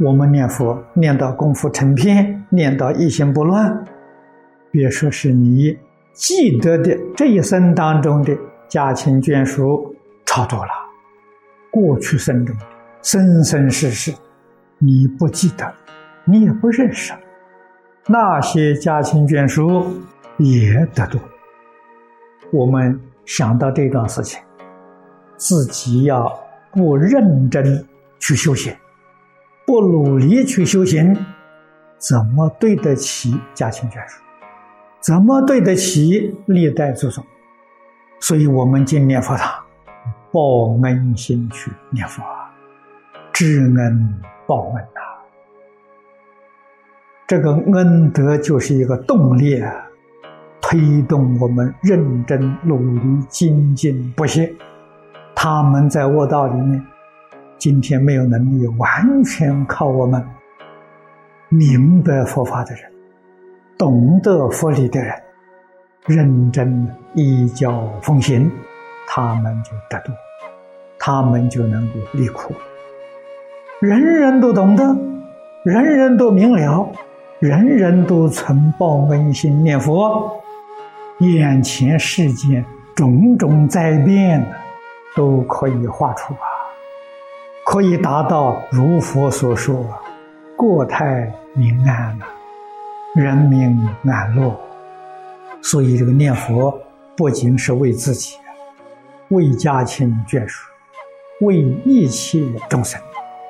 我们念佛念到功夫成片，念到一心不乱，别说是你记得的这一生当中的家亲眷属超度了，过去生中的生生世世你不记得，你也不认识了，那些家亲眷属也得度。我们想到这桩事情，自己要不认真去修行，不努力去修行，怎么对得起家亲眷属？怎么对得起历代祖宗？所以我们进念佛堂，报恩心去念佛，知恩报恩啊！这个恩德就是一个动力啊，推动我们认真努力精进不懈。他们在卧道里面，今天没有能力，完全靠我们明白佛法的人，懂得佛理的人，认真依教奉行，他们就得度，他们就能够离苦。人人都懂得，人人都明了，人人都曾报恩心念佛，眼前世间种种灾变都可以化除啊，可以达到如佛所说国泰民安啊，人民安乐。所以这个念佛不仅是为自己，为家亲眷属，为一切众生。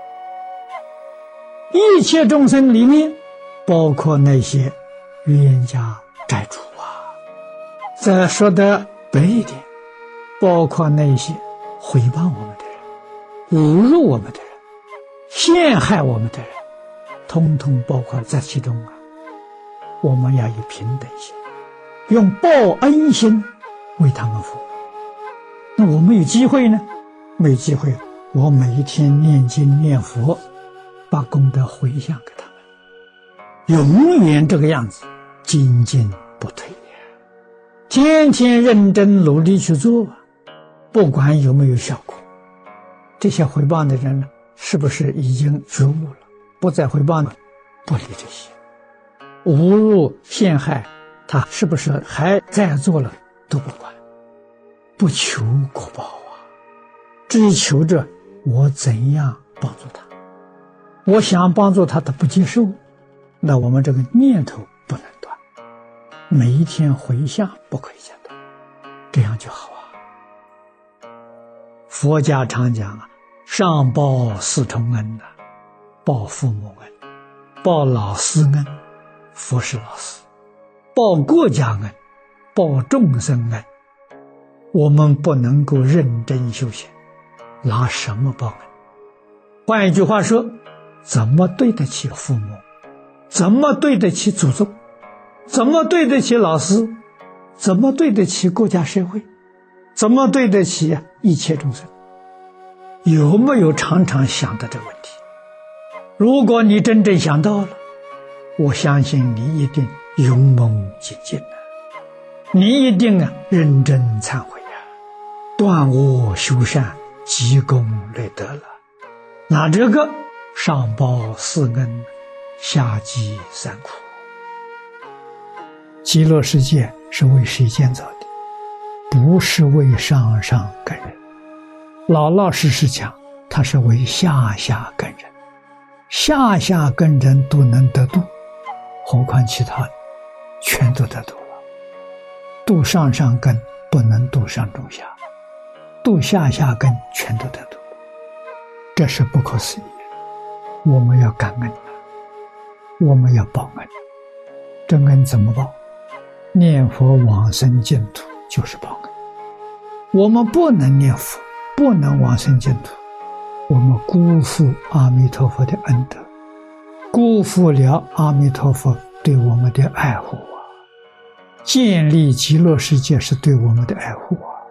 一切众生里面包括那些冤家债主啊，再说的白一点，包括那些毁谤我们的人，侮辱我们的人，陷害我们的人，通通包括在其中啊。我们要有平等心，用报恩心为他们服务。那我们有机会呢？没机会，我每一天念经念佛，把功德回向给他们，永远这个样子，精进不退，天天认真努力去做，不管有没有效果。这些回谤的人呢，是不是已经觉悟了，不再回谤了？不理这些侮辱陷害，他是不是还在做了？都不管，不求果报啊，只求着我怎样帮助他。我想帮助他，他不接受，那我们这个念头不能断，每一天回向不可以间断，这样就好啊。佛家常讲啊，上报四重恩啊，报父母恩，报老师恩，佛是老师，报国家恩，报众生恩。我们不能够认真修行，拿什么报恩？换一句话说，怎么对得起父母？怎么对得起祖宗？怎么对得起老师？怎么对得起国家社会？怎么对得起一切众生？有没有常常想到这个问题？如果你真正想到了，我相信你一定勇猛精进了，你一定认真忏悔断恶修善，积功累德了。那这个上报四恩，下济三苦。极乐世界是为谁建造的？不是为上上根人，老老实实讲，它是为下下根人。下下根人都能得度，何况其他全都得度了。度上上根不能度上中下，度下下根全都得度，这是不可思议的。我们要感恩，我们要报恩。这恩怎么报？念佛往生净土就是报恩。我们不能念佛，不能往生净土，我们辜负阿弥陀佛的恩德，辜负了阿弥陀佛对我们的爱护啊！建立极乐世界是对我们的爱护啊！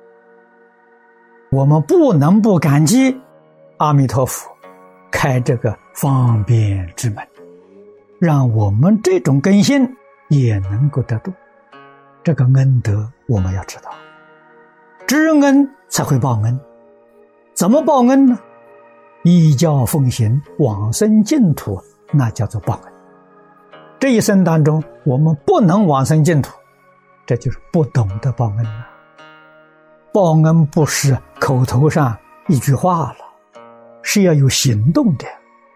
我们不能不感激阿弥陀佛开这个方便之门，让我们这种根性也能够得度。这个恩德我们要知道，知恩才会报恩。怎么报恩呢？ 依教奉行，往生净土，那叫做报恩。这一生当中我们不能往生净土，这就是不懂得报恩了。报恩不是口头上一句话了，是要有行动的。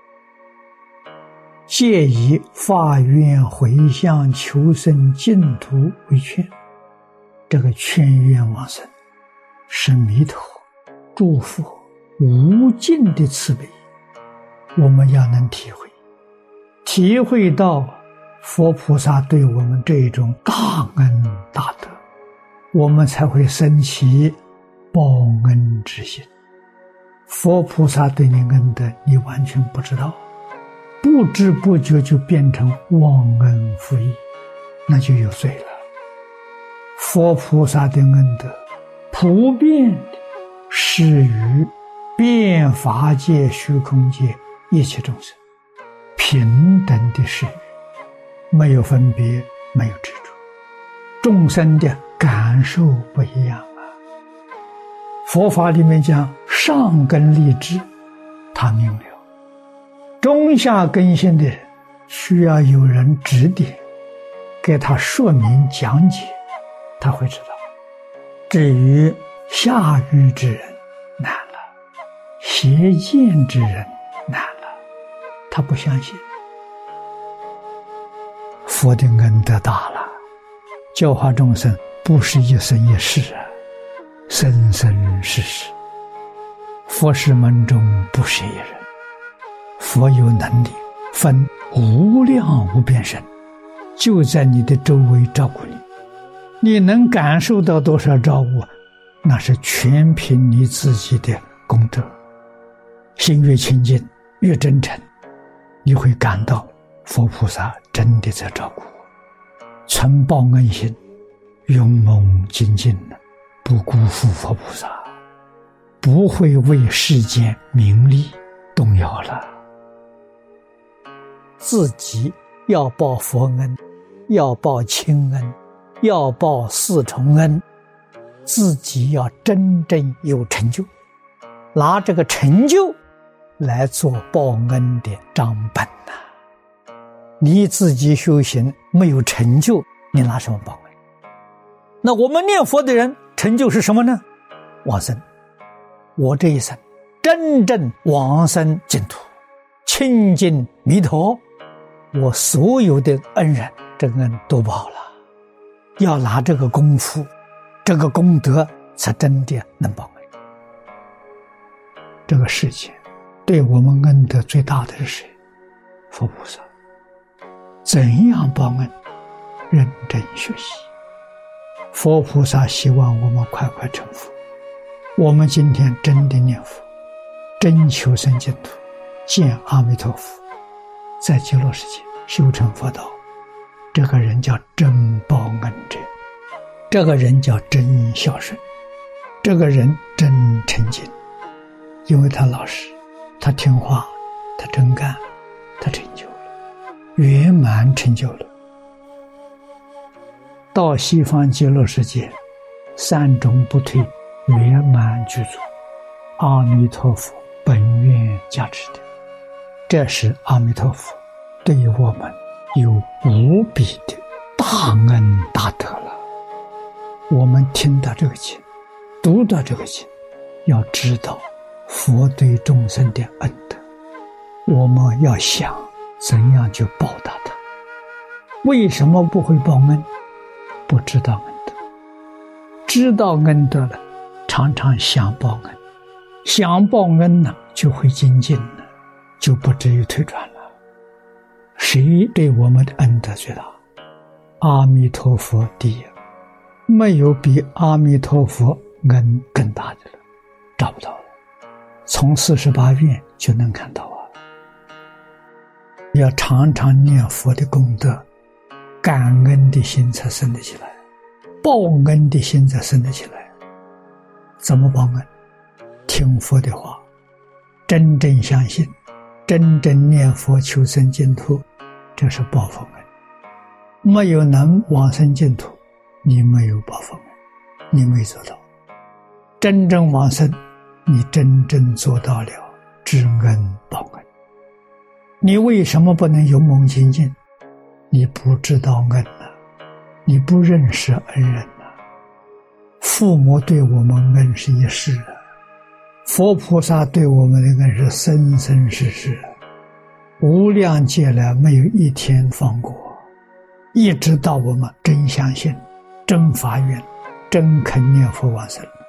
借以发愿回向求生净土为劝，这个劝愿往生是弥陀诸佛无尽的慈悲，我们要能体会到佛菩萨对我们这种大恩大德，我们才会升起报恩之心。佛菩萨对你恩德，你完全不知道，不知不觉就变成忘恩负义，那就有罪了。佛菩萨的恩德普遍的施于遍法界虚空界一切众生，平等的施予，没有分别，没有执着，众生的感受不一样啊。佛法里面讲上根利智，他明了；中下根性的人需要有人指点，给他说明讲解，他会知道。至于下愚之人难了，邪见之人难了，他不相信。佛的恩德大了，教化众生不是一生一世啊，生生世世。佛事门中不是一人，佛有能力分无量无边身，就在你的周围照顾你。你能感受到多少照顾，那是全凭你自己的功德。心越清净越真诚，你会感到佛菩萨真的在照顾我，存报恩心，勇猛精进，不辜负佛菩萨，不会为世间名利动摇了。自己要报佛恩，要报亲恩，要报四重恩，自己要真正有成就，拿这个成就来做报恩的账本呐。你自己修行没有成就，你拿什么报恩？那我们念佛的人成就是什么呢？往生。我这一生真正往生净土，亲近弥陀，我所有的恩人这个恩都报了。要拿这个功夫，这个功德才真的能报恩。这个世界对我们恩德最大的是谁？佛菩萨。怎样报恩？认真学习。佛菩萨希望我们快快成佛。我们今天真的念佛，真求生净土，见阿弥陀佛，在极乐世界修成佛道，这个人叫真报恩者，这个人叫真孝顺，这个人真诚敬，因为他老实，他听话，他真干，他成就了，圆满成就了。到西方极乐世界，三种不退，圆满具足，阿弥陀佛本愿加持的，这是阿弥陀佛对于我们有无比的大恩大德了。我们听到这个经，读到这个经，要知道佛对众生的恩德，我们要想怎样去报答他。为什么不会报恩？不知道恩德。知道恩德了，常常想报恩，想报恩呢，就会精进了，就不至于退转了。谁对我们的恩德最大？阿弥陀佛第一，没有比阿弥陀佛恩更大的了，找不到了。从48愿就能看到啊。要常常念佛的功德，感恩的心才生得起来，报恩的心才生得起来。怎么报恩？听佛的话，真正相信，真正念佛求生净土，这是报佛恩。没有能往生净土，你没有报佛恩，你没做到。真正往生，你真正做到了知恩报恩。你为什么不能勇猛精进？你不知道恩啊，你不认识恩人啊。父母对我们恩是一世啊，佛菩萨对我们的恩是生生世世，无量劫来没有一天放过，一直到我们真相信、真发愿、真肯念佛往生。